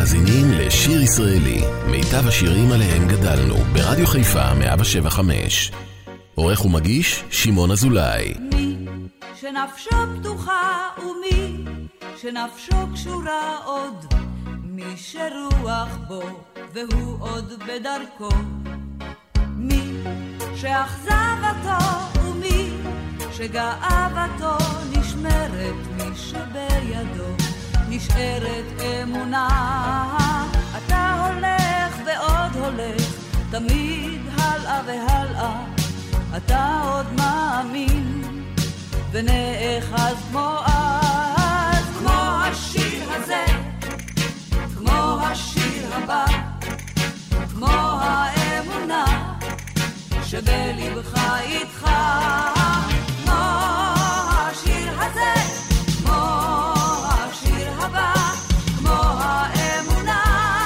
מאזינים לשיר ישראלי, מיטב השירים עליהם גדלנו, ברדיו חיפה 107.5. עורך ומגיש שמעון אזולאי. מי שנפשו פתוחה ומי שנפשו קשורה עוד, מי שרוח בו והוא עוד בדרכו, מי שאכזבתו ומי שגאוותו נשמרת, מי שבידו נשארת אמונה. אתה הולך ועוד הולך, תמיד הלאה והלאה, אתה עוד מאמין ונאחז כמו אז, כמו השיר הזה, כמו השיר הבא, כמו האמונה שבלבך איתך, כמו השיר הזה, כמו השיר הבא, כמו האמונה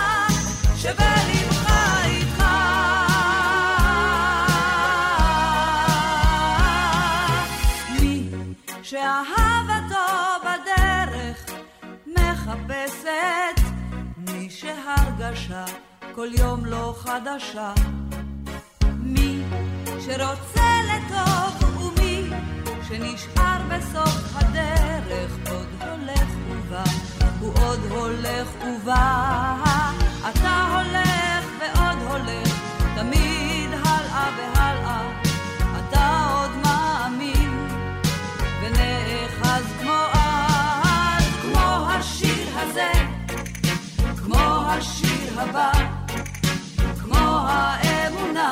שבלבך איתך. מי שאהבתו בדרך מחפשת, מי שהרגשה כל יום לא חדשה, מי שרוצה לטוב ומי שנשאר בסוף הדרך, עוד הולך ובא, הוא עוד הולך ובא. אתה הולך ועוד הולך, תמיד הלאה והלאה, אתה עוד מאמין ונאחז כמו אז, כמו השיר הזה, כמו השיר הבא, כמו האמונה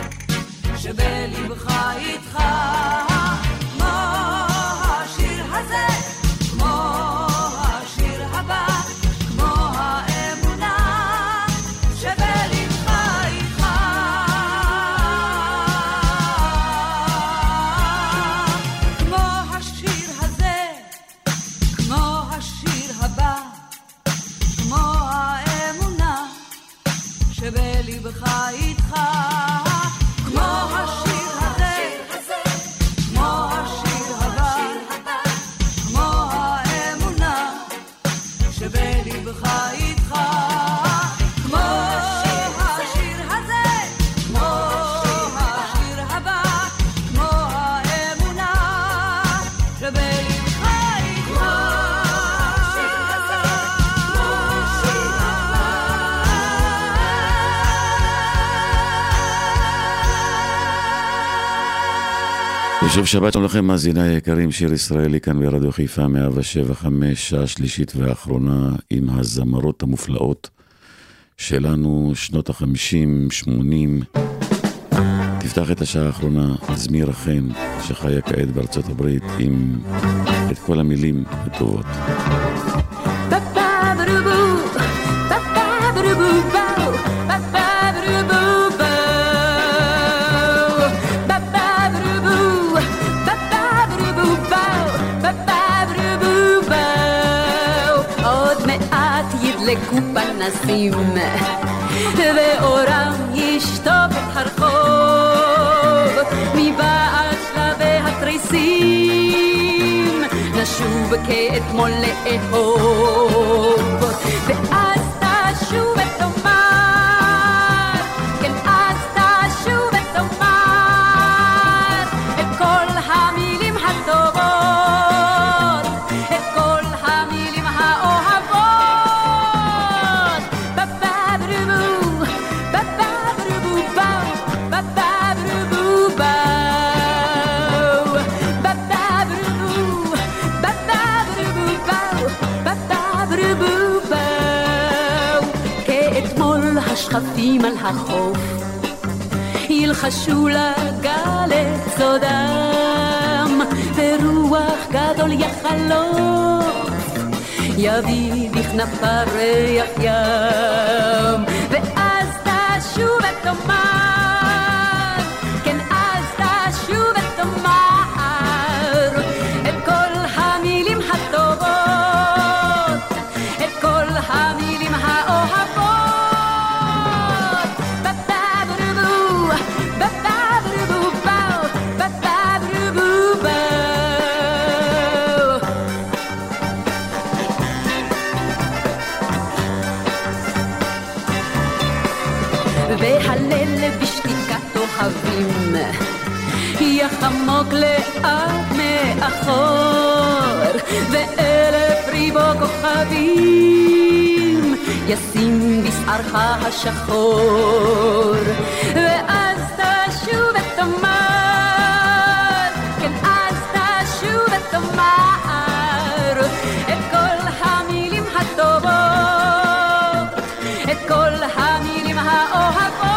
שבלבך איתך, כמו השיר הזה, כמו השיר הבא, כמו האמונה שבלבך איתך. כמו השיר הזה, כמו השיר הבא, כמו האמונה שבלבך איתך. כמו השיר הזה, כמו השיר הבא, כמו האמונה שבלבך איתך. כמו השיר הזה, כמו השיר הבא, כמו האמונה שבלבך איתך. שוב שבת שלום לכם מאזיני היקרים, שיר ישראלי כאן ברדיו חיפה 107.5, שעה שלישית ואחרונה עם הזמרות המופלאות שלנו, שנות ה-50-80. תפתח את השעה האחרונה זמיר החן שחיה כעת בארצות הברית עם את כל המילים הטובות. ידלקו פנסים ואורם ישטוף את הרחוב, מבעד שלבי התריסים נשוב כאתמול לאהוב, ואז תשוב ותאמר, כן אז תשוב ותאמר את כל המילים הטובות, את כל המילים האוהבות. השכפים על החוף ילחשו לגל את סודם, ורוח גדול יחלוף יביא בכנפה ריח ים, ואז תשוב ותאמר, כן אז תשוב ותאמר את כל המילים הטובות, את כל המילים האוהבות. והלל בשתיקת אוהבים יחמוק לאט מאחור, ואלף ריבו כוכבים ישים בשערך השחור, ואז תשוב ותאמר, כן אז תשוב ותאמר את כל המילים הטובות, את כל המילים האוהבות.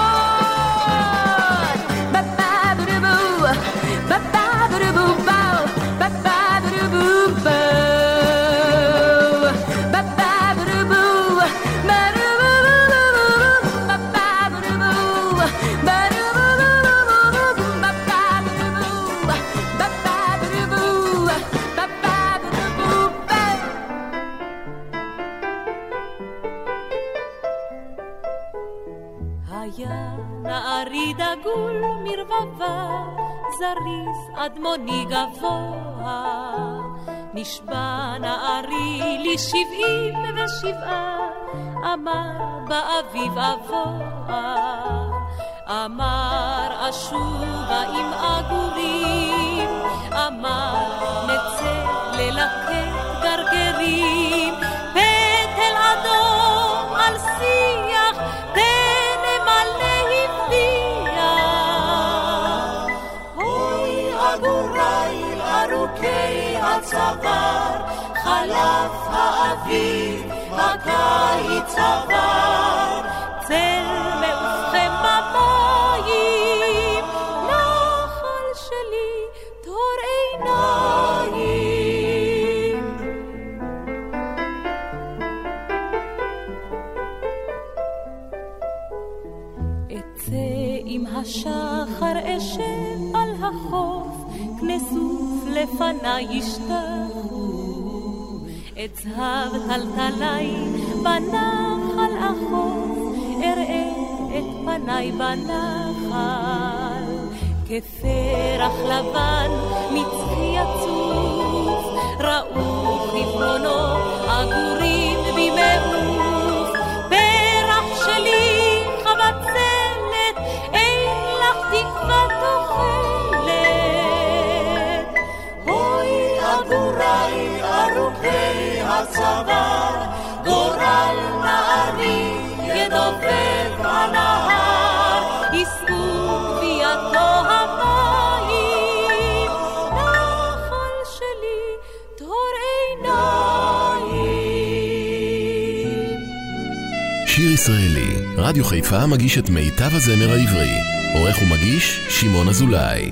דגול מרבבה זריז אדמוני גבוה, נשבע נערי לי 77, אמר באביב אבוה, אמר אשובה עם אגורים, אמר נצא ללקט גרגרים, פטל אדום על שיח תנמלא גוריי ארוכי הצוואר, חלף האביב, הקיץ עבר, צל מעופכם במים, נחל שלי תור עיניים. אצא עם השחר אשב על החוף, כנסוף לפני ישתחו, את זהב טלטלי בנחל אחוף, אראה את פני בנחל, כפרח לבן מצחי יצוף, ראו חברונו עגורים במעוף, פרח שלי חבצלת, אין לך תקווה תוחלת. גוריי ארוכי הצוואר, גורל נערי ידובב הנהר, יסעו גבייתו המים, נחל שלי תור עיניים. שיר ישראלי, רדיו חיפה מגיש את מיטב הזמר העברי, עורך ומגיש שמעון אזולאי.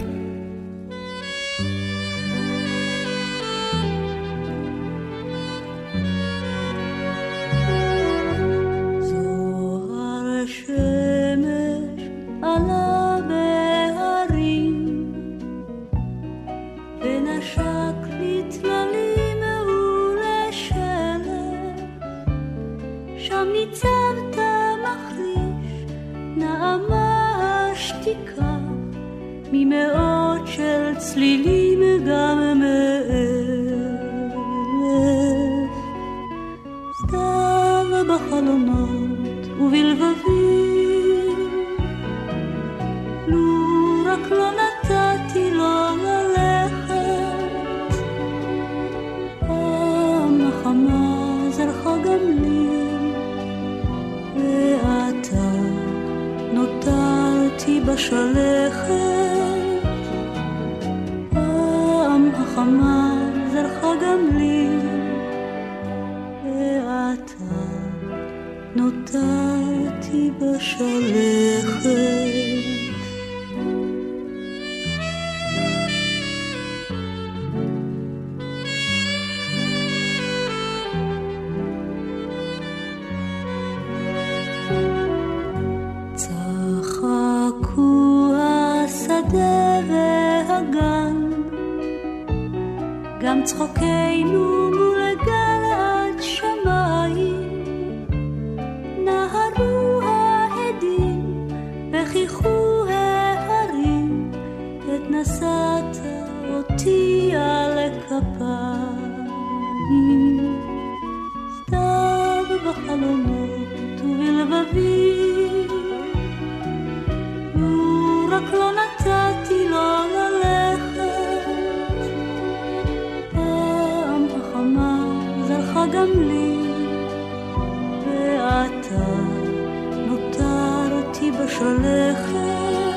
ממאות של צלילים גם מאלף, סתיו בחלונות ובלבבים, לו רק לא נתתי לו ללכת, פעם החמה זרחה גם לי, ואתה נותרתי בשלכת, החמה זרחה גם לי, ואתה נותרתי בשלכת. צחקו השדה והגן, גם צחוקנו מול גל עד שמיים, נהרו העדים וחיכו ההרים, את נשאת אותי על כפיים, סתיו בחלומות ובלבבים, ואתה נותר אותי בשלכת.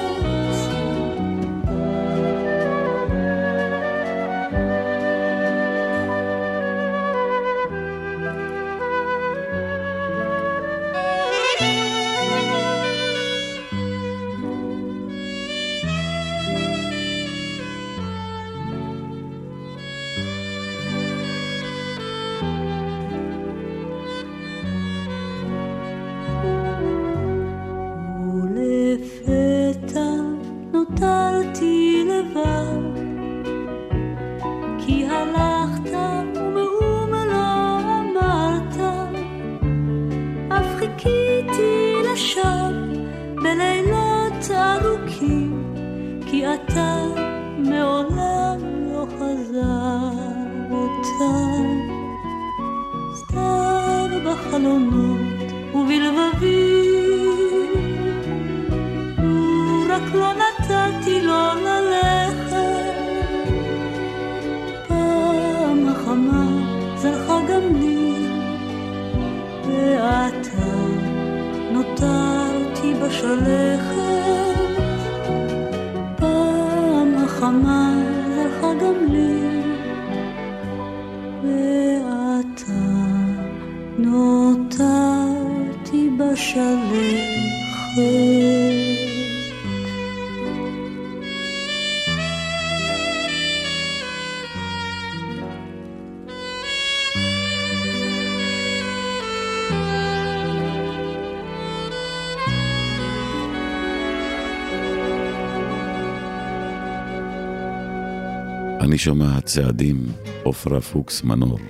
אני שומע צעדים, עופרה פוקס מנור.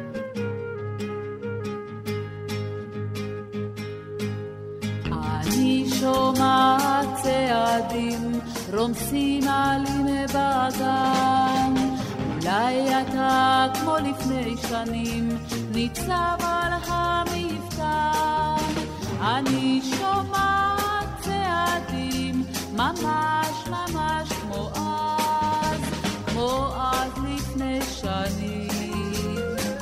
אני שומע צעדים, רומסים עלים בגן. אולי אתה כמו לפני שנים, ניצב על המפתן. אני שומע צעדים, ממש ממש כמו כמו אז לפני שנים.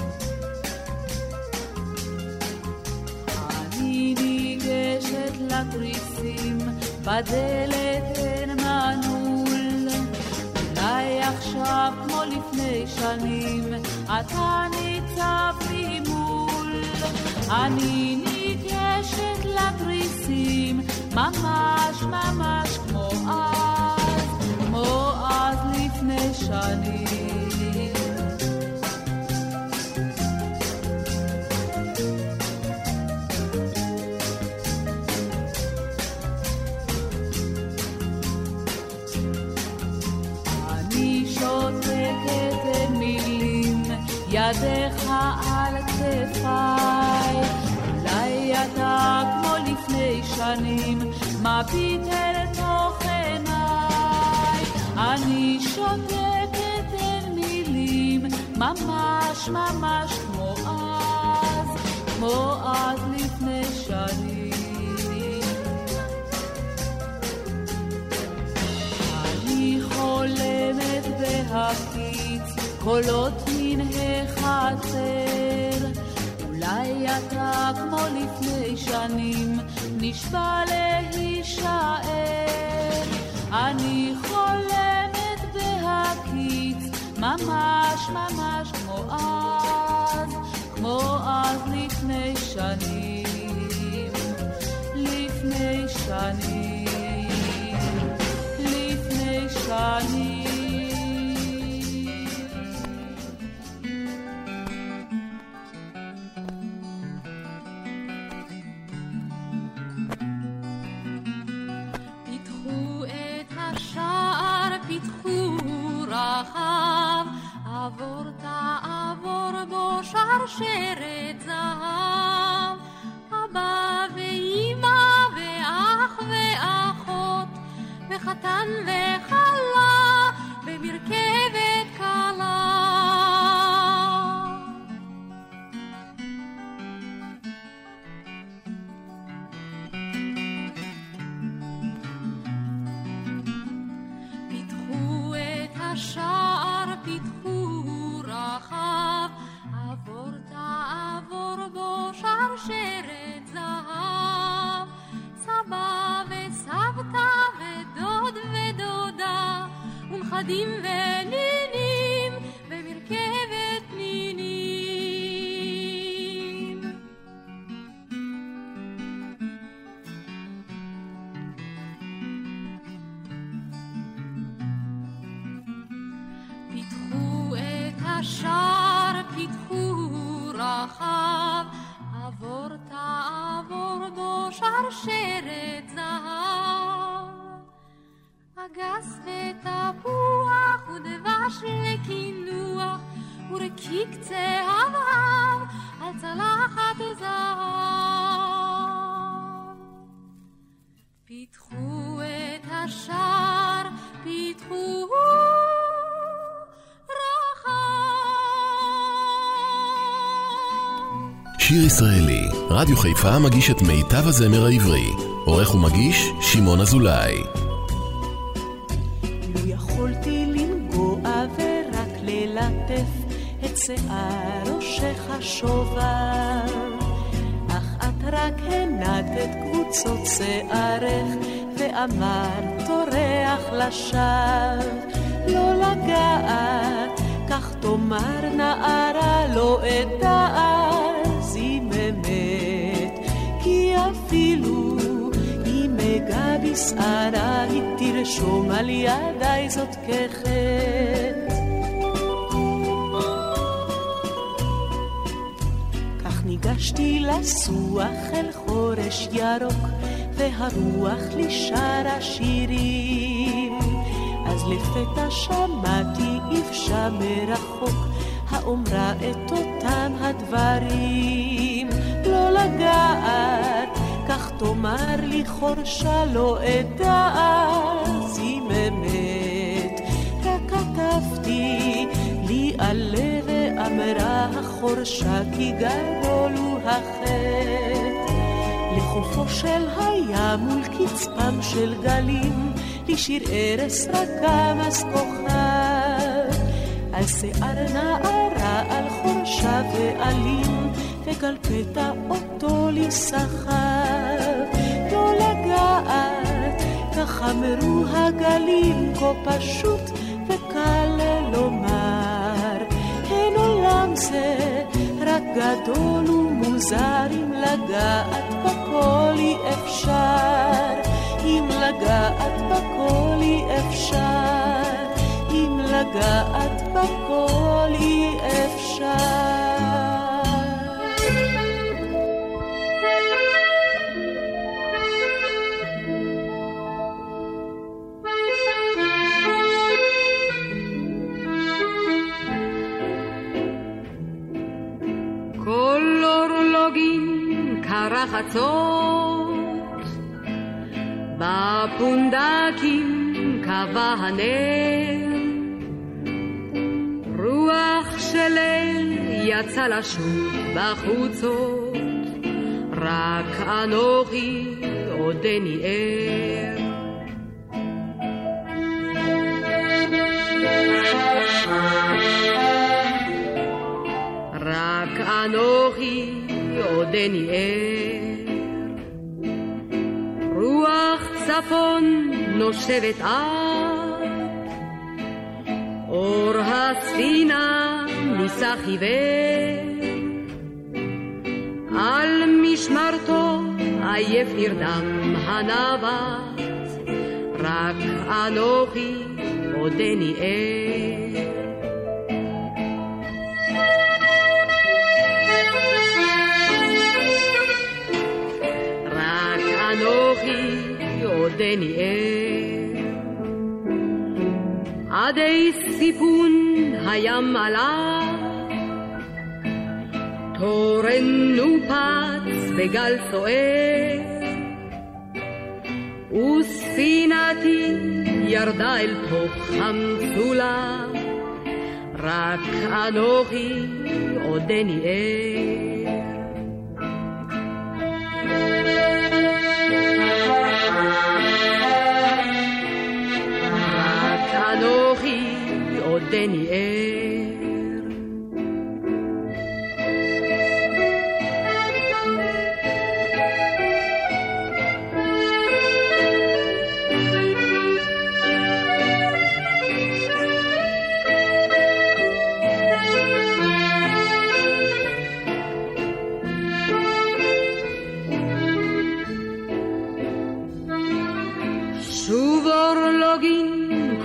אני ניגשת לתריסים, בדלת אין מנעול. אולי עכשיו כמו לפני שנים, אתה ניצב לי מול. אני ניגשת לתריסים, ממש ממש כמו אז לפני שנים. אני שותקת אין מילים, ידך על כתפיי. אולי אתה כמו לפני שנים, מביט אל תוך עיניי. אני שותקת אין מילים, ממש ממש כמו אז לפני שנים. אני חולמת בהקיץ, קולות מן החצר. אולי אתה כמו לפני שנים, נשבע להישאר. אני חולמת בהקיץ, ממש ממש כמו אז לפני שנים. לפני שנים, לפני שנים. עבור תעבור בו שרשרת זהב, אבא ואמא ואח ואחות וחתן וחלה במרכבת קלה. פיתחו את השער, פיתחו רחב, עבור תעבור בו שרשרת ילדים ונינים במרכבת נינים. פיתחו את השער, פיתחו רחב, עבור תעבור בו שרשרת זהב. אגס ותפוח ודבש לקינוח ורקיק צהבהב על צלחת זהב. פיתחו את השער, פיתחו שיר ישראלי, רדיו חיפה מגיש את מיטב הזמר העברי. עורך ומגיש שמעון אזולאי. לו יכולתי לנגוע ורק ללטף את שיער ראשך השובר, אך את רק הנעת את קבוצות שיערך ואמרת תורח לשווא. לא לגעת, כך תאמר נערה לא אדעת, זיממת, כי אפילו אם אגע בשערה היא תרשום על ידי זאת כחטא. כך ניגשתי לסוח אל חורש ירוק והרוח לי שרה שירים, אז לפתע שמעתי איפשה מרחוק האומרה את אותם הדברים. לא לגעת, כך תאמר לי חורשה לא אדעת, זיממת, רק כתבתי לי עלה ואמרה החורשה כי גדול הוא החטא. לחופו של הים מול קצפם של גלים לי שיר ארס רקם אז כוכב, על שיער נערה על חורשה ועלים וגל פתע אותו לי סחב. לא לגעת, כך אמרו הגלים, כה פשוט וקל לומר. אין עולם זה רק גדול ומוזר, אם לגעת בכל אי אפשר, אם לגעת בכל אי אפשר, אם לגעת בכל אי אפשר. כל אורלוגים קרחצות, בפונדקים קבע הנר, רוח של ליל יצא לשוק בחוצות, רק אנוכי עודני ער. רק אנוכי עודני ער, רוח צפון נושבת עד, אור הספינה ניסה חיוור, על משמרתו עייף נרדם הנווט, רק אנוכי עודני ער. רק אנוכי עודני ער, עדי סיפון הים עלה, תורן נופץ בגל סוער, וספינתי ירדה אל תוך המצולה, רק אנוכי עודני ער. רק אנוכי עודני ער.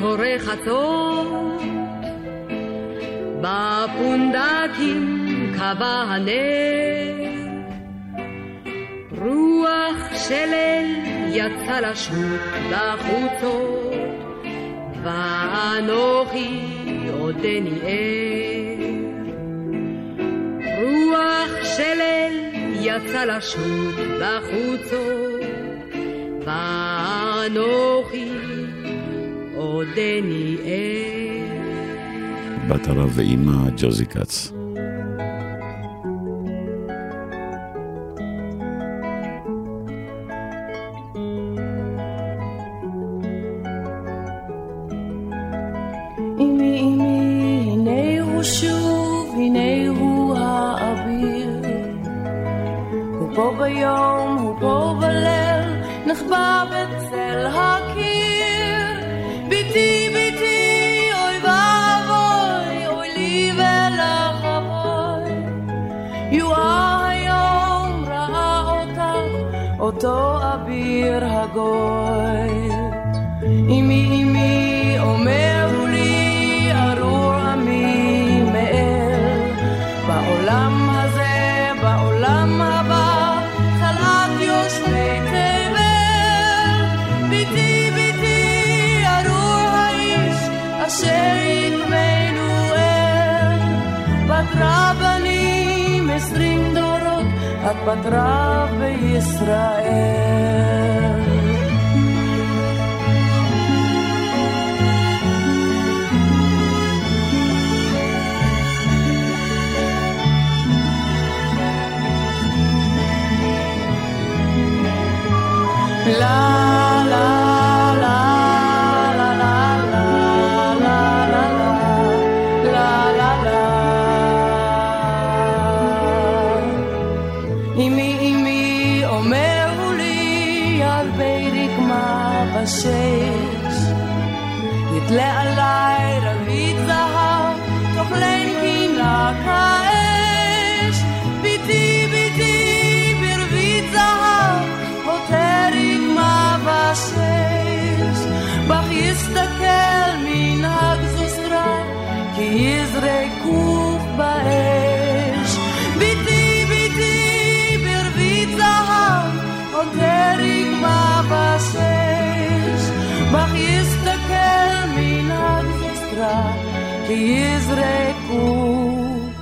קורא חצות, בפונדקים קבע הנר, רוח של אל יצא לשוט בחוצות, ואנוכי עודני ער. רוח של אל יצא לשוט בחוצות, ואנוכי עודני ער. בת הרב ואימא ג'וזי קץ. אמי אמי הנה הוא שוב, הנה הוא האביר, הוא פה ביום, הוא פה בליל, נחבא בצל הקיר. ביתי ביתי אוי ואבוי, אוי לי ולך אבוי, יואה היום ראה אותך, אותו אביר הגוי. אמי אמי אומרו לי ארור עמי מאל, בעולם הזה בעולם הבא חלת יושבי תבל. ביתי ביתי ארור האיש אשר יקבנו אל, בת רבנים 20 דורות את בת רב בישראל. La la la la la la la la la la la. אמי אמי אומרו לי על בי רקמה בשש, יתלה עליי רבית זהב תאכלני קינה כאש. ביתי ביתי ברבית זהב הותרי בשש, בך יסתכל מנהג זוסרה כי יזרקוך באש. ביתי ביתי ברבית זהב הותרי בשש, בך יסתכל מנהג זוסרה כי יזרקוך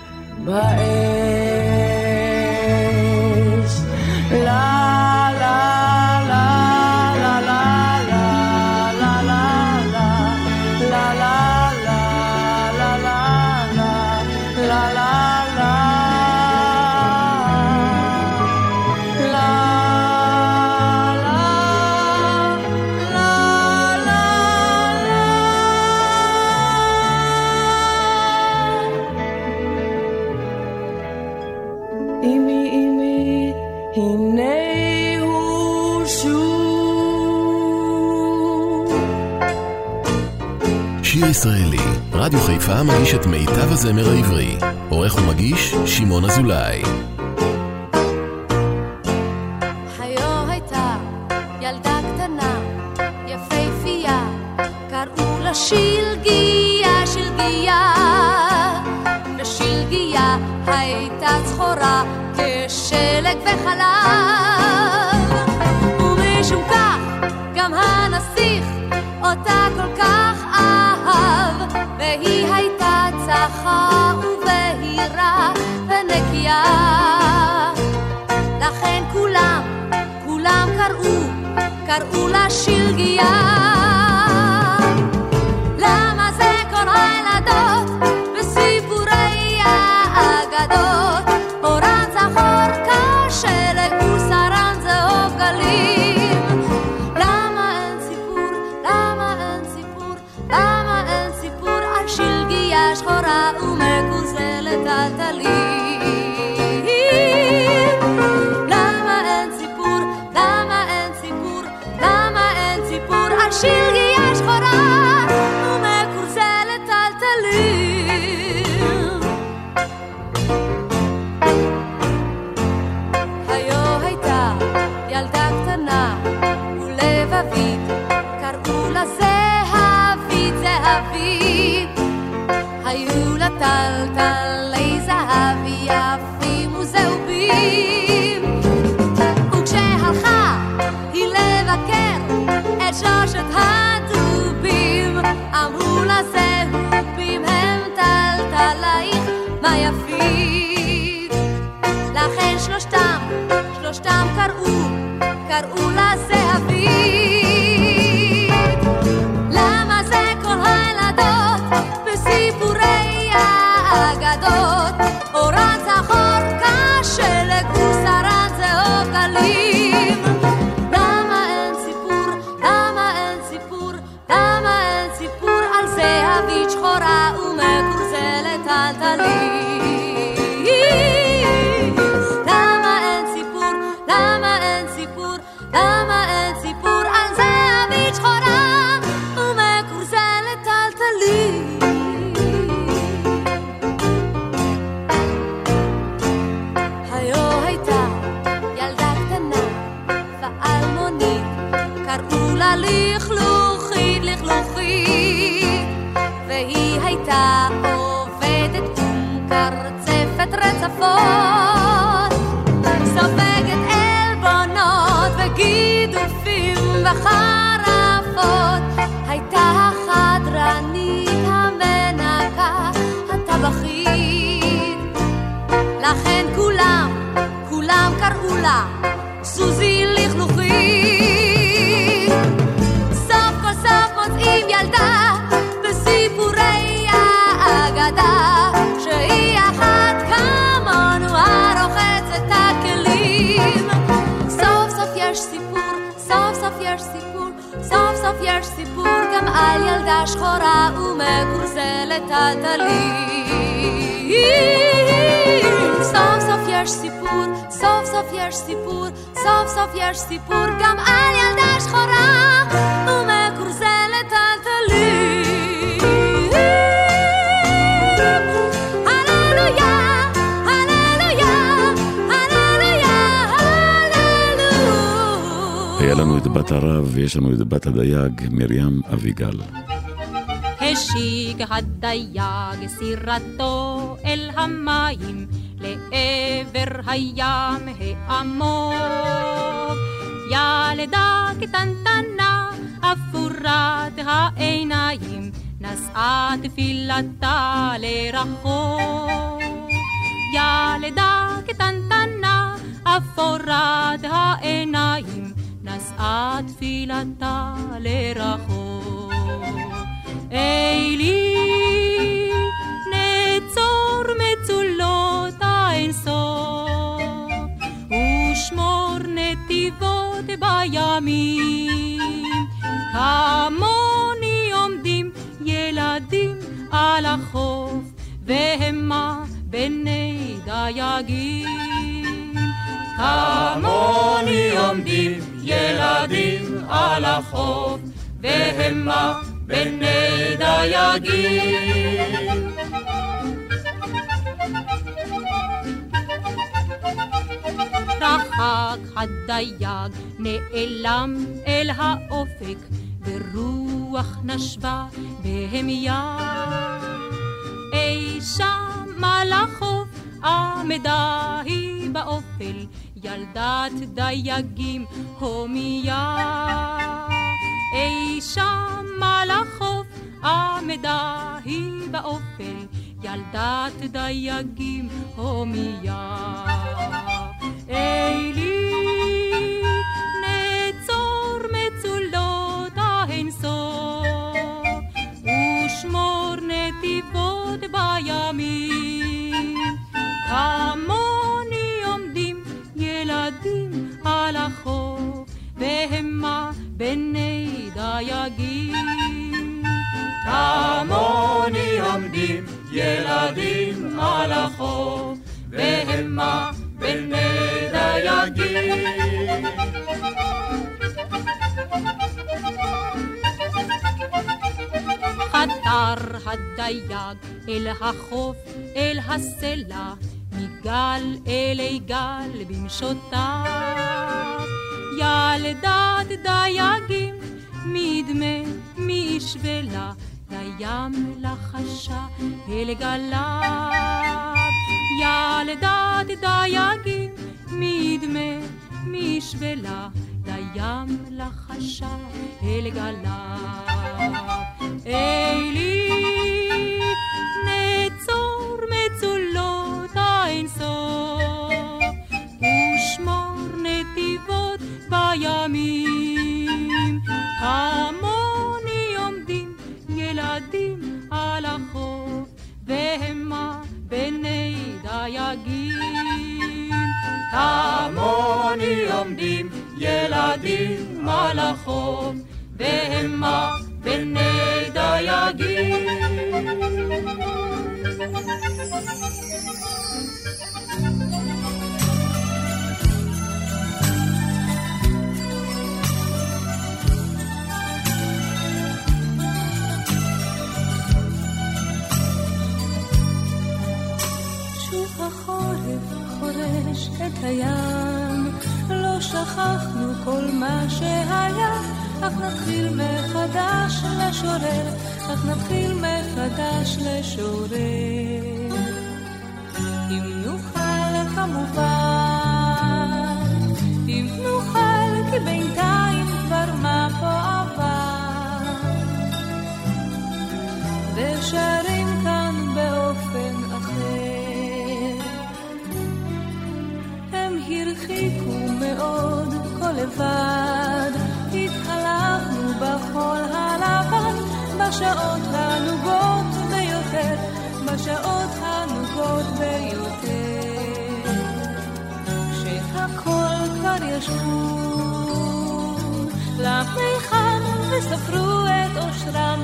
באש. לה שיר ישראלי, רדיו חיפה מגיש את מיטב הזמר העברי. עורך ומגיש שמעון אזולאי. היו הייתה ילדה קטנה יפהפייה, קראו לה שלגיה שלגיה, ושלגיה הייתה זכורה כשלג וחלב, ומשום כך גם הנסיך אותה כל כך אהב, והיא הייתה צחה ובהירה ונקייה. לכן כולם קראו לה שלגיה. למה זה כל הילדות בסיפורי האגדות, אורן זכור כשלג ושרן זהוב גלים? למה אין סיפור על שלגיה שחורה ומקוזלת על טלים? למה אין סיפור על שלגיה כולם קראו לה זהבית. למה זה כל הילדות בסיפורי האגדות, אורן זכור כשלג ושרן זהוב גלים? למה אין סיפור, למה אין סיפור, למה אין סיפור על זהבית שחורה ומקורזלת טלטלים? למה אין סיפור, למה אין סיפור, למה אין סיפור על זהבית שחורה ומקורזלת טלטלים? היו הייתה ילדה קטנה ואלמונית, קראו לה לכלוכית, לכלוכית, והיא הייתה עובדת ומקרצפת רצפות, סופגת עלבונות וגידופים וחרפות. הייתה החדרנית, המנקה, הטבחית, לכן כולם קראו לה סוזי לכלוכית. סוף כל סוף מוצאים ילדה בסיפורי האגדה, שהיא אחת כמונו הרוחצת את הכלים. סוף סוף יש סיפור, סוף סוף יש סיפור, סוף סוף יש סיפור גם על ילדה שחורה ומקורזלת טלטלים. סוף סוף יש סיפור, סוף סוף יש סיפור, סוף סוף יש סיפור גם על ילדה שחורה ומקורזלת טלטלים. הללויה, הללויה, הללויה, הללויה. היה לנו את בת הרב ויש לנו את בת הדייג, מרים אביגל. השיג הדייג סירתו אל המים, לעבר הים העמוק. ילדה קטנטנה אפורת העיניים, נשאה תפילתה לרחוק. ילדה קטנטנה אפורת העיניים, נשאה תפילתה לרחוק. אלי נצור מצולות האינסוף, ושמור נתיבות בימים. כמוני עומדים ילדים על החוף, והמה בני דייגים. כמוני עומדים ילדים על החוף, והמה בני דייגים. רחק הדייג נעלם אל האופק, ורוח נשבה בהמיה. אי שם על החוף עמדה היא באופל, ילדת דייגים הומיה. אי שם על החוף עמדה היא באופל, ילדת דייגים הומיה. אלי נצור מצולות האינסוף, ושמור נתיבות בימים. כמוני עומדים ילדים על החוף, והמה בני דייגים. כמוני עומדים ילדים על החוף, והמה בני דייגים. חתר הדייג אל החוף, אל הסלע, מגל אלי גל במשותיו. ילדת דייגים מדמה משבלה, לים לחשה אל גליו. ילדת דייגים מדמה משבלה, לים לחשה אל גליו. אלי נצור מצולות האינסוף, ושמור נתיבות הימים. כמוני עומדים ילדים על החוף, והמה בני דייגים. כמוני עומדים ילדים על החוף, והמה בני דייגים. החורף חורש את הים, לא שכחנו כל מה שהיה, אך נתחיל מחדש לשורר, אך נתחיל מחדש לשורר. אם נוכל כמובן, אם נוכל, כי בינתיים כבר מה פה עבר, ושרים כאן באופן אחר. הרחיקו מאוד כל לבד, התהלכנו בחול הלבן, בשעות הנוגות ביותר, בשעות הנוגות ביותר. כשהכל כבר ישבו לפניכם וספרו את אושרם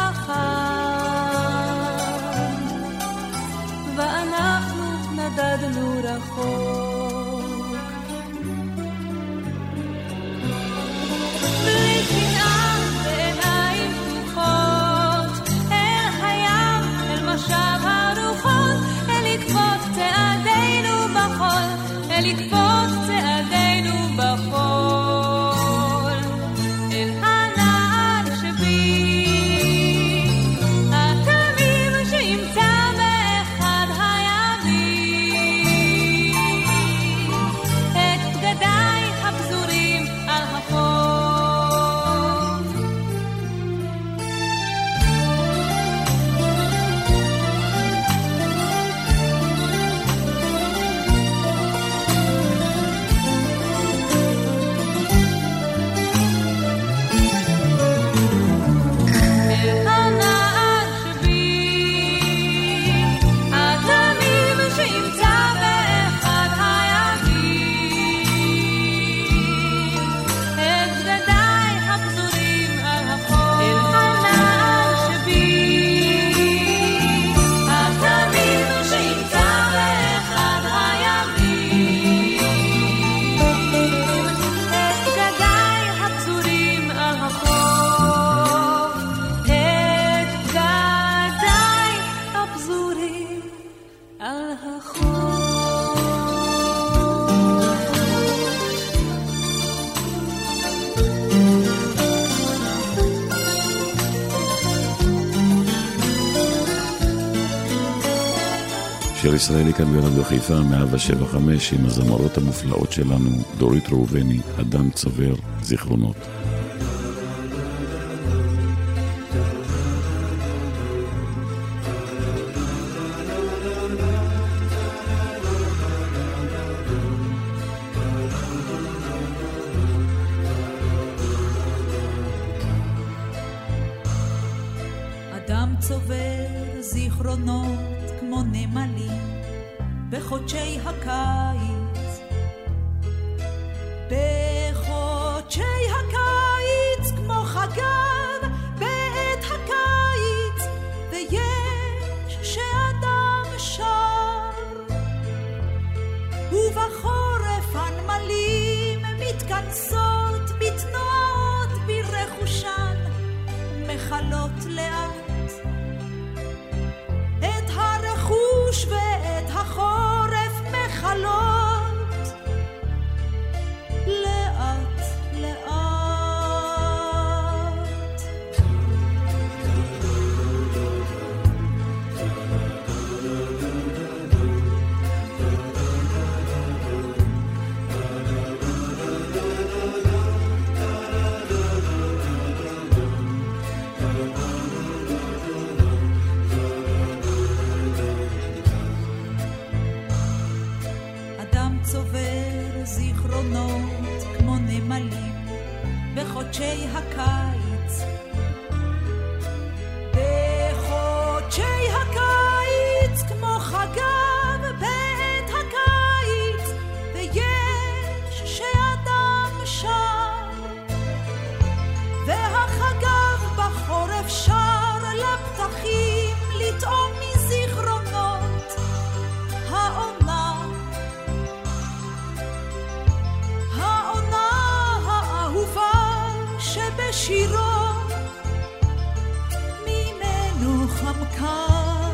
החכם, ואנחנו נדדנו רחוק. לקפוץ צעדינו בחול אל הנער שבי, התמים שימצא באחד הימים את בגדיי הפזורים על החול. שיר ישראלי כאן ברדיו חיפה 107.5 עם הזמרות המופלאות שלנו, דורית ראובני, אדם צובר, זיכרונות. אדם צובר זיכרונות כמו נמלים בחודשי הקיץ, בחודשי הקיץ כמו חגר בעת הקיץ, ויש שאדם שר, ובחורף הנמלים מתכנסות בתנועות ברכושן ומחלות לאט את הרכוש ואת החורף מחלות נמלים בחודשי הקיץ. בחודשי הקיץ כמו חגב בעת הקיץ, ויש שאדם שר, והחגב בחורף שר לפתחים לטעום מזיכרונות העונה, העונה האהובה שבשירו ממנו חמקה.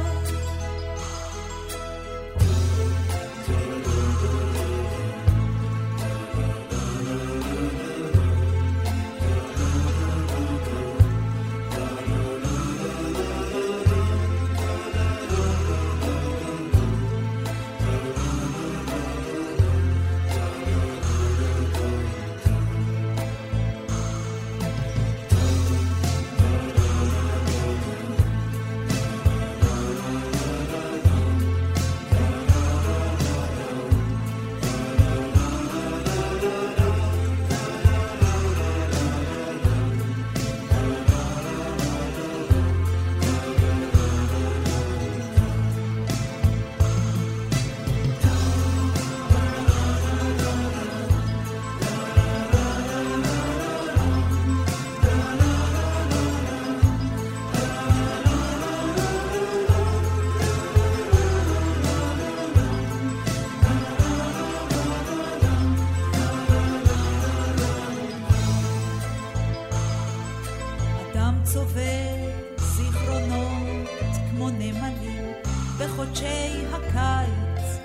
בחודשי הקיץ,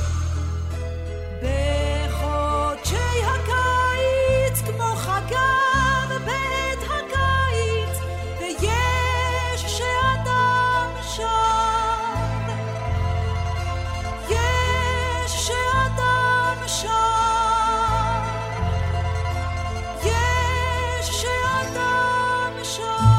בחודשי הקיץ כמו חגב בעת הקיץ, ויש שאדם שר, יש שאדם שר, יש שאדם שר.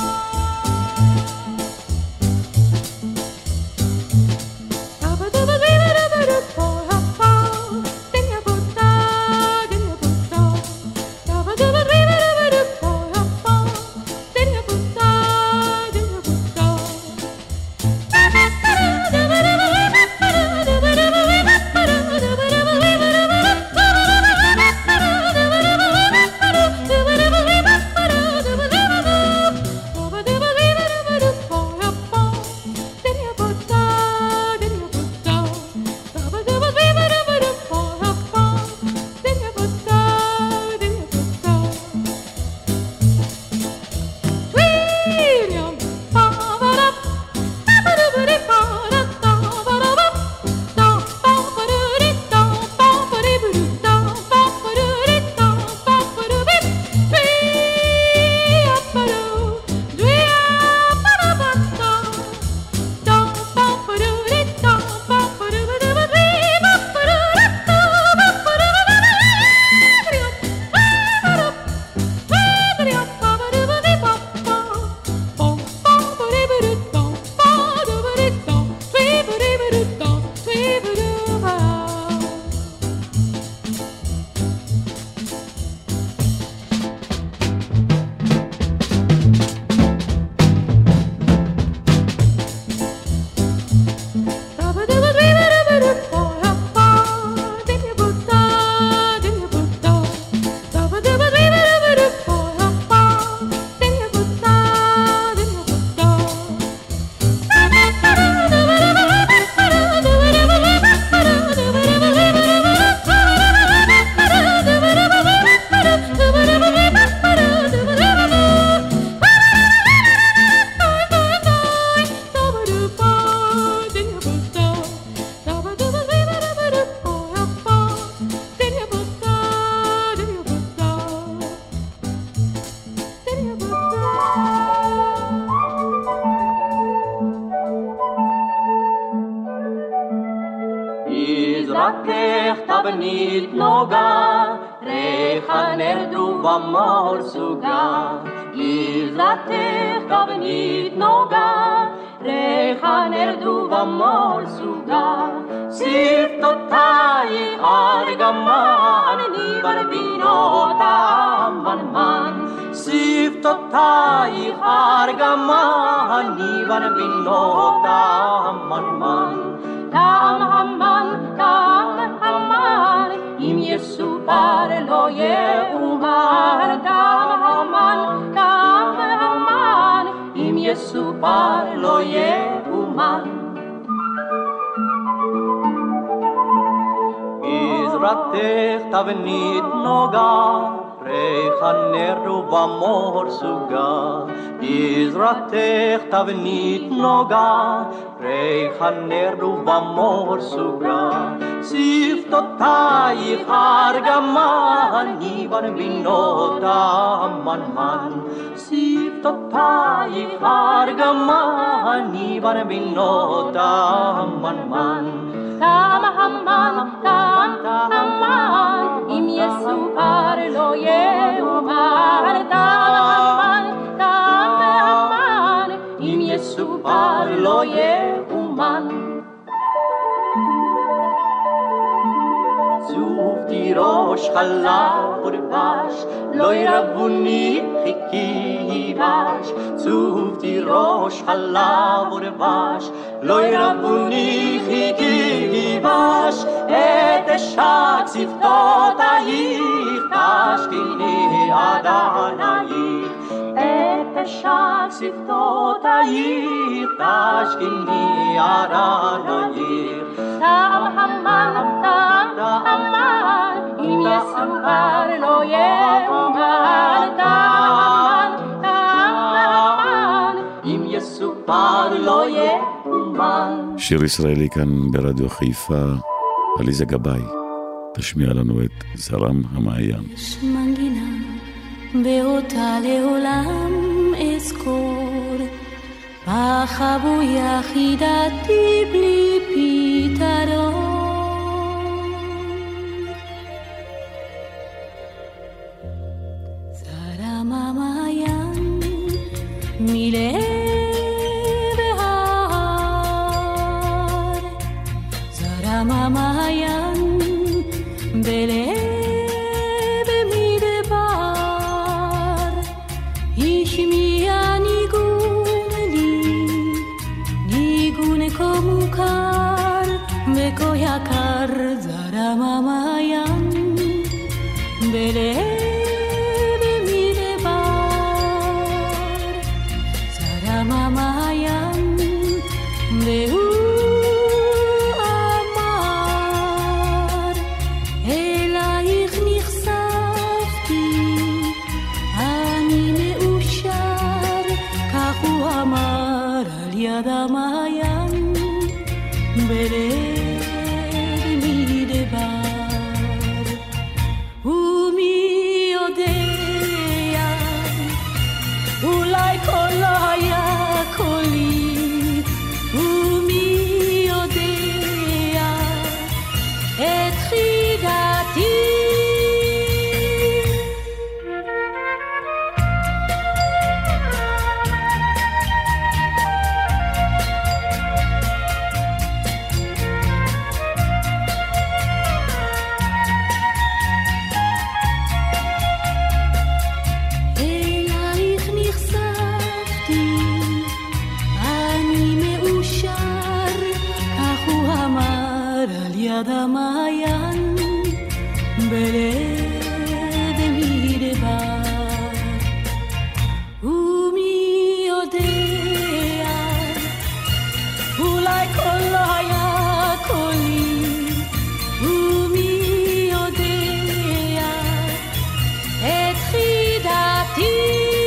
יזרקך תבנית נוגה, ריחה נרדו במול סוגה. יזרקך תבנית נוגה, ריחה נרדו במול סוגה. שפתותייך ארגמן, ניבן בינות המנמן. שפתותייך ארגמן, ניבן בינות המנמן. טעם המן, טעם המן, אם יסופר לא יאומן. טעם המן, טעם המן, אם יסופר לא יאומן. גזרתך תבנית נוגה, ריחה נר ובמור סוגה. גזרתך תבנית נוגה, ריחה נר ובמור סוגה. שפתותייך ארגמן, ניבן בינות המנמן. שפתותייך ארגמן, ניבן בינות המנמן. טעם המן, טעם המן, אם יסופר לא יאומן. טעם המן, טעם המן, אם יסופר לא יאומן. צוף תירוש חלב ודבש, לא ירבוני חיכי בש. צוף תירוש חלב ודבש, לא ירבוני חיכי בש. את אשת שפתותייך תשכיני אדנייך. את אשת שפתותייך תשכיני אדנייך. טעם המן, טעם המן, אם יסופר לא יאומן. טעם המן, אם יסופר לא יאומן. שיר ישראלי כאן ברדיו חיפה. עליזה גבאי תשמיע לנו את זרם המעיין. יש מנגינה באותה לעולם אזכור, בחבו יחידתי בלי פתרון. זרם המעיין מלב ההר, זרם המעיין בלב מדבר, השמיע ניגון לי, ניגון כה מוכר וכה יקר. זרם המעיין בלב מדבר, זרם המעיין והוא יד המעיין בלב מדבר. ומי יודע, אולי קולו היה קולי. ומי יודע את חידתי. יד המעיין בלב מדבר. ומי יודע, אולי קולו היה קולי. ומי יודע את חידתי.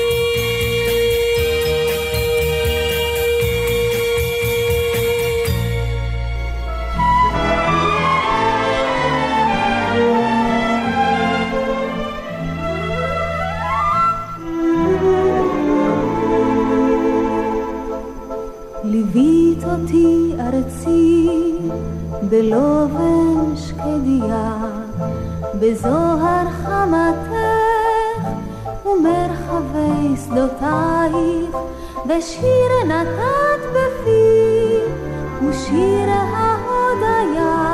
ליווית אותי ארצי בלובן שקדיה, בזוהר חמתך ומרחבי שדותייך, ושיר נתת בפי ושיר ההודיה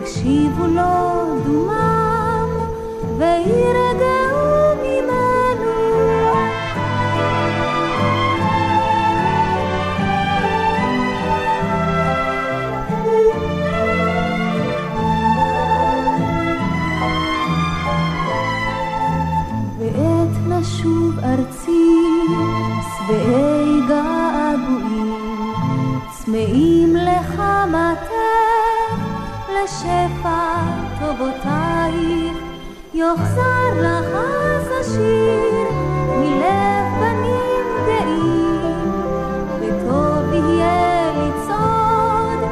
יקשיבו לו דומם וירגעו ממנו. ועת נשוב ארצי שבעי געגועים, צמאים לחמתך לשפע טובותייך, יוחזר לך אז השיר מלב בנים גאים, וטוב יהיה לצעוד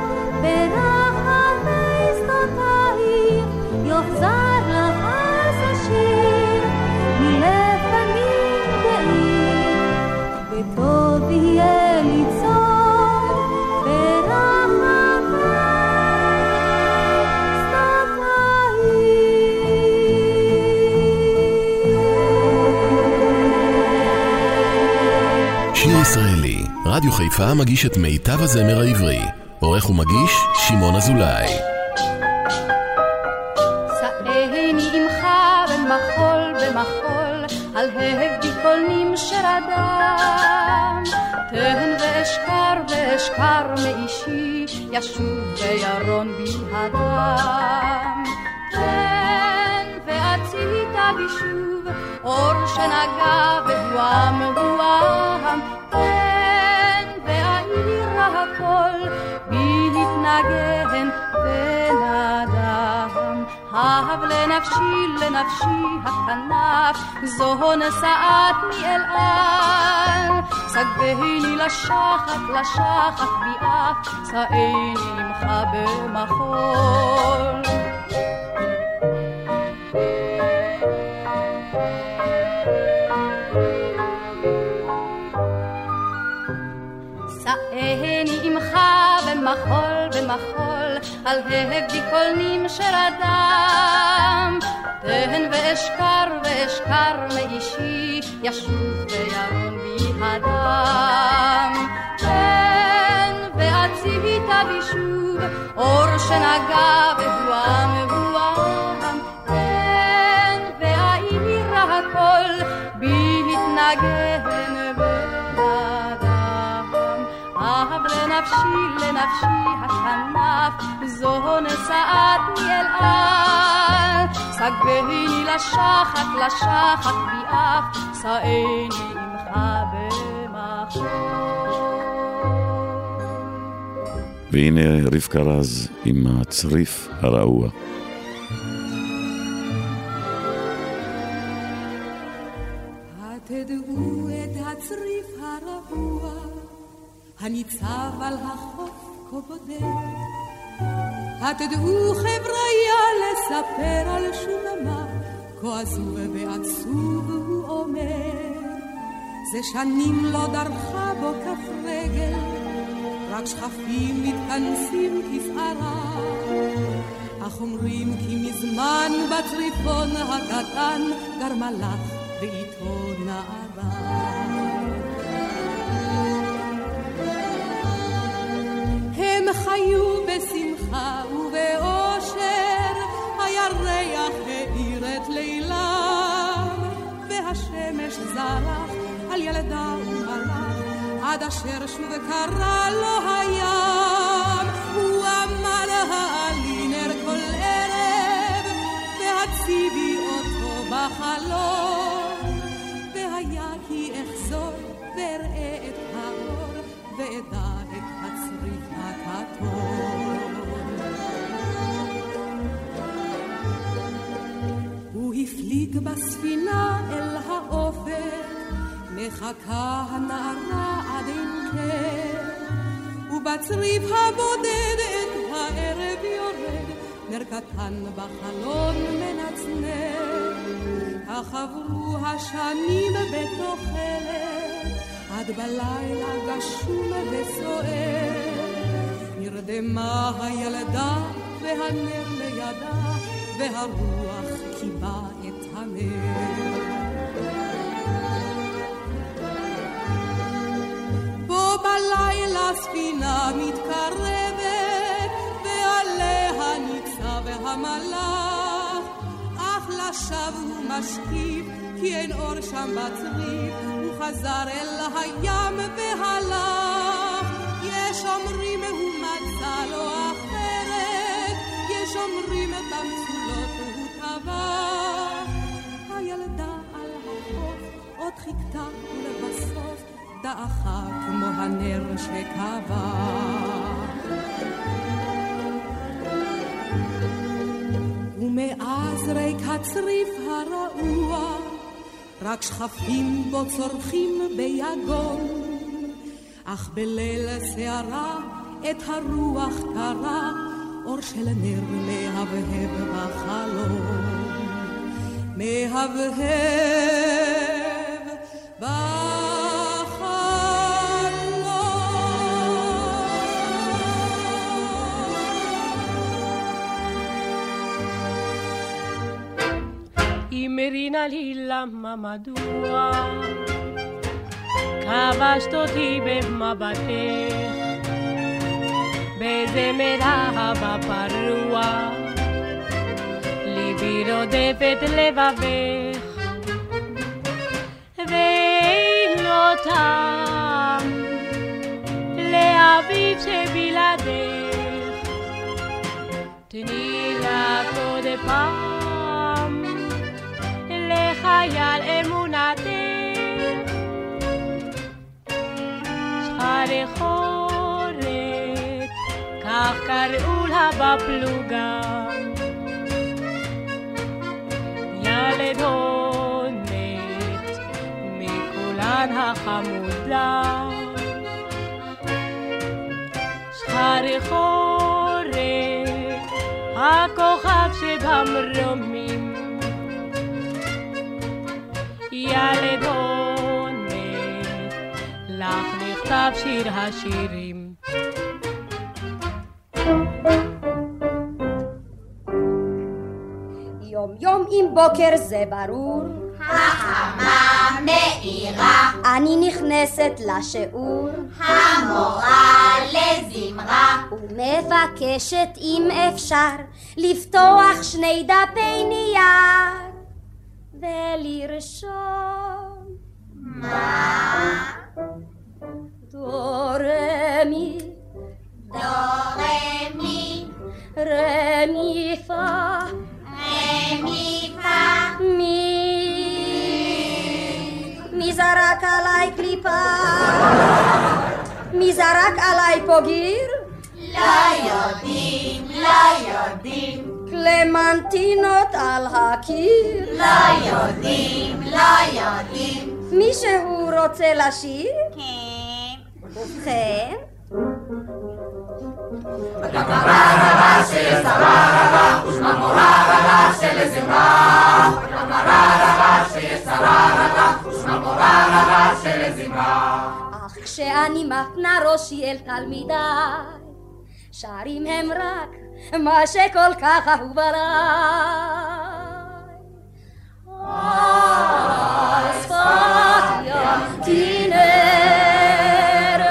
ברחבי שדותייך, יוחזר לך אז השיר מלב בנים גאים, וטוב יהיה לצעוד ברחבי שיר ישראלי, רדיו חיפה מגיש את מיטב הזמר העברי. עורך ומגיש שמעון אזולאי. סעני עמך בין מחול במחול, על הבדי כל נמשר אדם. תהן ואשכר ואשכר מאישי, ישוב וירון בי הדם. תן ועצית בישוב, אור שנגע והואם והואם. תן והעירה הכל, בי התנגן ונדם. אהב לנפשי לנפשי הכנף, זו נשאת מאל על. סגבני לשחת לשחת ביעף, סעני עמך במחול. סעני עמך במחול במחול, על הבדי כל נמשר אדם. תהן ואשכר ואשכר מאישי, ישוב וירון בי הדם. תן ועצית בישוב, אור שנגע והואם והואם. תן והעירה הכל, בי התנגן ונדם. אהב לנפשי לנפשי הכנף, זו נשאת מאל על. סגבני לשחת לשחת ביעף, סעני עמך במחול. והנה רבקה רז עם הצריף הרעוע. התדעו את הצריף הרעוע, הניצב על החוף כה בודד. התדעו חבריה לספר על שוממה, כה עזוב ועצוב הוא אומר. זה שנים לא דרכה בו כף רגל, רק שכפים מתכנסים כפערה. אך אומרים כי מזמן בצריפון הקטן גרמה לך ואיתו נערה. הם חיו בשמחה ובאושר, הירח האיר את לילם, והשמש זרח על ילדה ומלך, עד אשר שוב קרא לו הים. הוא אמר העלי נר כל ערב, והציבי אותו בחלום, והיה כי אחזור ואראה את האור, ואדע את הצריף הכתום. הוא הפליג בספינה אל האופק, מחכה הנערה עד אין קר, ובצריף הבודד את הערב יורד, נר קטן בחלון מנצנר. כך עברו השנים בתוחלת, עד בלילה גשום וסוער. נרדמה הילדה והנר לידה, והרוח קיבה את הנר. בו בלילה ספינה מתקרבת, ועליה ניצב המלאך, אך לשב הוא משקיף, כי אין אור שם בצריף, הוא חזר אל הים והלך. יש אומרים הוא מצא לו אחרת, יש אומרים במצולות הוא טבח. הילדה על החוף עוד חיכתה ולבסוף דעכה כמו הנר שקבע. ומאז ריק הצריף הרעוע, רק שכפים בו צורכים ביגון, אך בליל שערה את הרוח קרה, אור של נר מהבהב בחלום, מהבהב מרינה לי למה מדוע כבשת אותי במבטך בזמר אהבה פרוע ליבי רודפת לבבך ואין לו טעם לאביב שבלעדך תני לך עוד פעם לחייל אמונתך שחר חורת כך קראו לה בפלוגה ילדונת מכולן החמודה שחר חורת הכוכב שבמרומים ילדונת, לך נכתב שיר השירים. יום יום עם בוקר זה ברור, החמה מאירה, אני נכנסת לשיעור, המורה לזמרה, ומבקשת אם אפשר לפתוח שני דפי נייר ולרשום מה? דו רמי דו רמי רמי פה רמי פה מי זרק עליי קליפה? מי זרק עליי פה גיר? לא יודעים, לא יודעים קלמנטינות על הקיר? לא יודעים, לא יודעים מישהו רוצה לשיר? כן ובכן? ותמררה שיסררה ושממוררה שלזמרה ותמררה שיסררה ושממוררה שלזמרה אך כשאני מפנה ראשי אל תלמידיי שרים הם רק מה שכל כך אהוב עליי שפת ים כנרת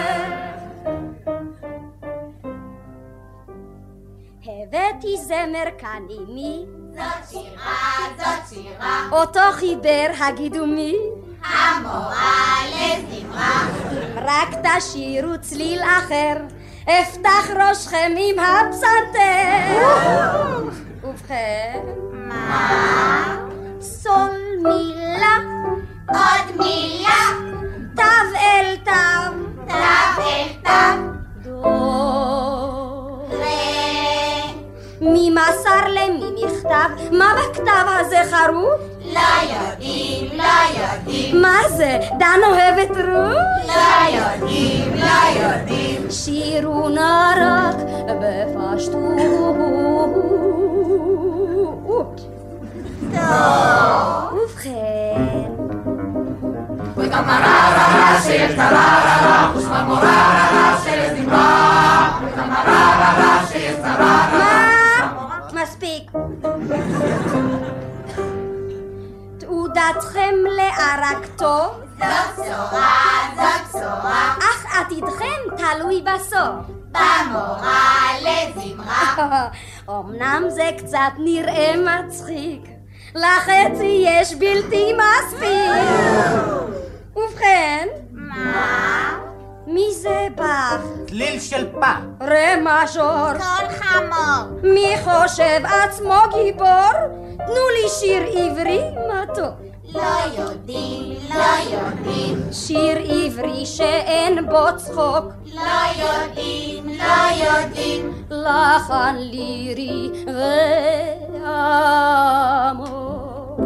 הבאתי זמר כאן עימי זאת שירה אותו חיבר הגידו מי המורה לזמרה אם רק תשירו צליל אחר אפתח ראשכם עם הפסנתר ובכן מה? סול מילה עוד מילה תו אל תו תו אל תו דו רה ממסר למי מכתב מה בכתב הזה חרוף? לא יודעים, לא יודעים מה זה? דן אוהבת רות? לא יודעים, לא יודעים שירו נא רק בפשטות טוב ובכן ותמררה שיסררה ושממוררה שלזמרה ותמררה שיסררה מספיק תעודתכם לערק טוב זאת בשורה, זאת בשורה אך עתידכם תלוי בסוף במורה לזמרה. אמנם זה קצת נראה מצחיק, לחצי יש בלתי מספיק. ובכן, מה? מי זה בא? צליל של פה. רמז'ור. קול חמור. מי חושב עצמו גיבור? תנו לי שיר עברי מתוק. לא יודעים, לא יודעים. שיר עברי שאין בו צחוק. לא יודעים, לא יודעים. לחן לירי ועמוק.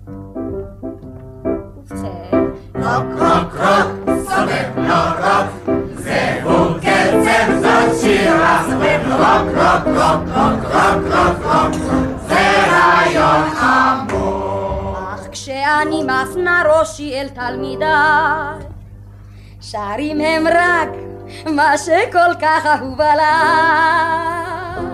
ובכן, רוק רוק רוק, סובב לו רוק, זהו קצב זאת שירה, סובב לו רוק רוק רוק רוק רוק רוק רוק, זה רעיון עמוק. אך כשאני מפנה ראשי אל תלמידיי, שרים הם רק מה שכל כך אהוב עליי.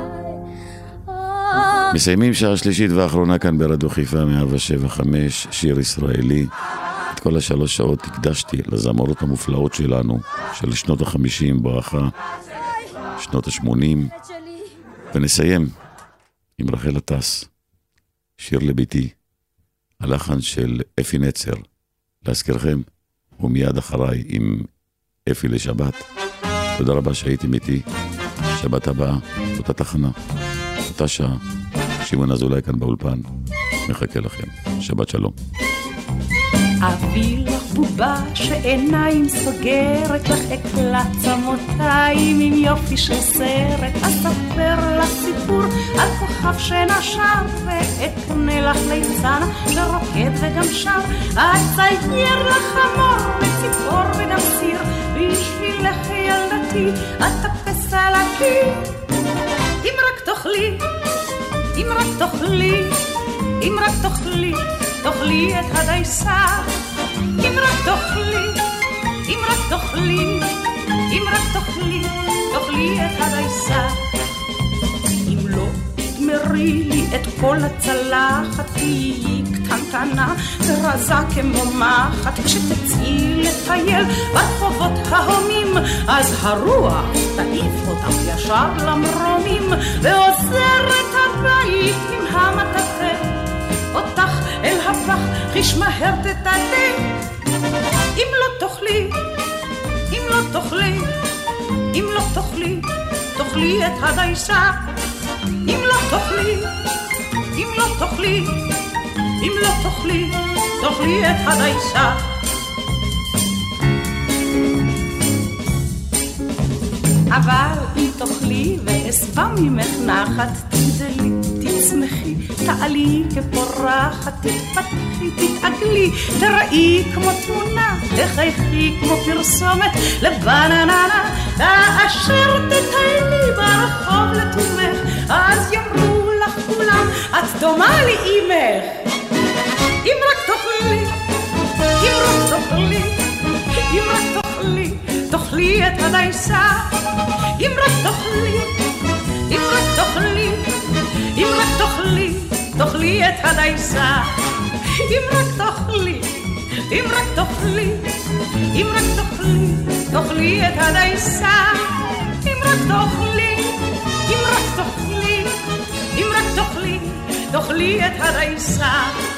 מסיימים שעה שלישית ואחרונה כאן ברדיו חיפה 107.5, שיר ישראלי. את כל 3 שעות הקדשתי לזמרות המופלאות שלנו, של שנות ה-50 ברכה, שנות ה-80, ונסיים עם רחל עטס, שיר לביתי, הלחן של אפי נצר, להזכירכם, ומיד אחריי עם אפי לשבת. תודה רבה שהייתם איתי, שבת הבאה, אותה תחנה, אותה שעה, שמעון אזולאי כאן באולפן, מחכה לכם, שבת שלום. אביא לך בובה שעיניים סוגרת לך אקלט צמותיים עם יופי של סרט, אספר לך סיפור על כוכב שנשב ואקנה לך ליצן שרוקד וגם שר, אצייר לך חמור וציפור וגם סיר, בשבילך ילדתי אטפס על הקיר. אם רק תאכלי, אם רק תאכלי, אם רק תאכלי, תאכלי את הדייסה. אם רק תאכלי, אם רק תאכלי, אם רק תאכלי, תאכלי את הדייסה. אם לא תגמרי לי את כל הצלחת, תהיי קטנטנה ורזה כמו מחט, כשתצאי לטייל ברחובות ההומים, אז הרוח תעיף אותך ישר למרומים, ועוזרת הבית עם המטאטא אותך אל הפח, חיש מהר תתעלה. אם לא תאכלי, אם לא תאכלי, אם לא תאכלי, תאכלי את הדייסה. אם לא תאכלי, אם לא תאכלי, אם לא תאכלי, תאכלי את הדייסה. אבל אם תאכלי ואסבע ממך נחת, תגדלי, תצמחי, תעלי כפורחת, תתפתחי, תתעגלי, תראי כמו תמונה, תחייכי כמו פרסומת לבננה, כאשר תטיילי ברחוב לתומך, אז יאמרו לך כולם, את דומה לי אימך. אם רק תאכלי, אם רק תאכלי, אם רק תאכלי, תאכלי את הדייסה. אם רק תאכלי, אם רק תאכלי, אם רק תאכלי, תאכלי את הדייסה. אם רק תאכלי, אם רק תאכלי, אם רק תאכלי, תאכלי את הדייסה. אם רק תאכלי, אם רק תאכלי, אם רק תאכלי, תאכלי את הדייסה.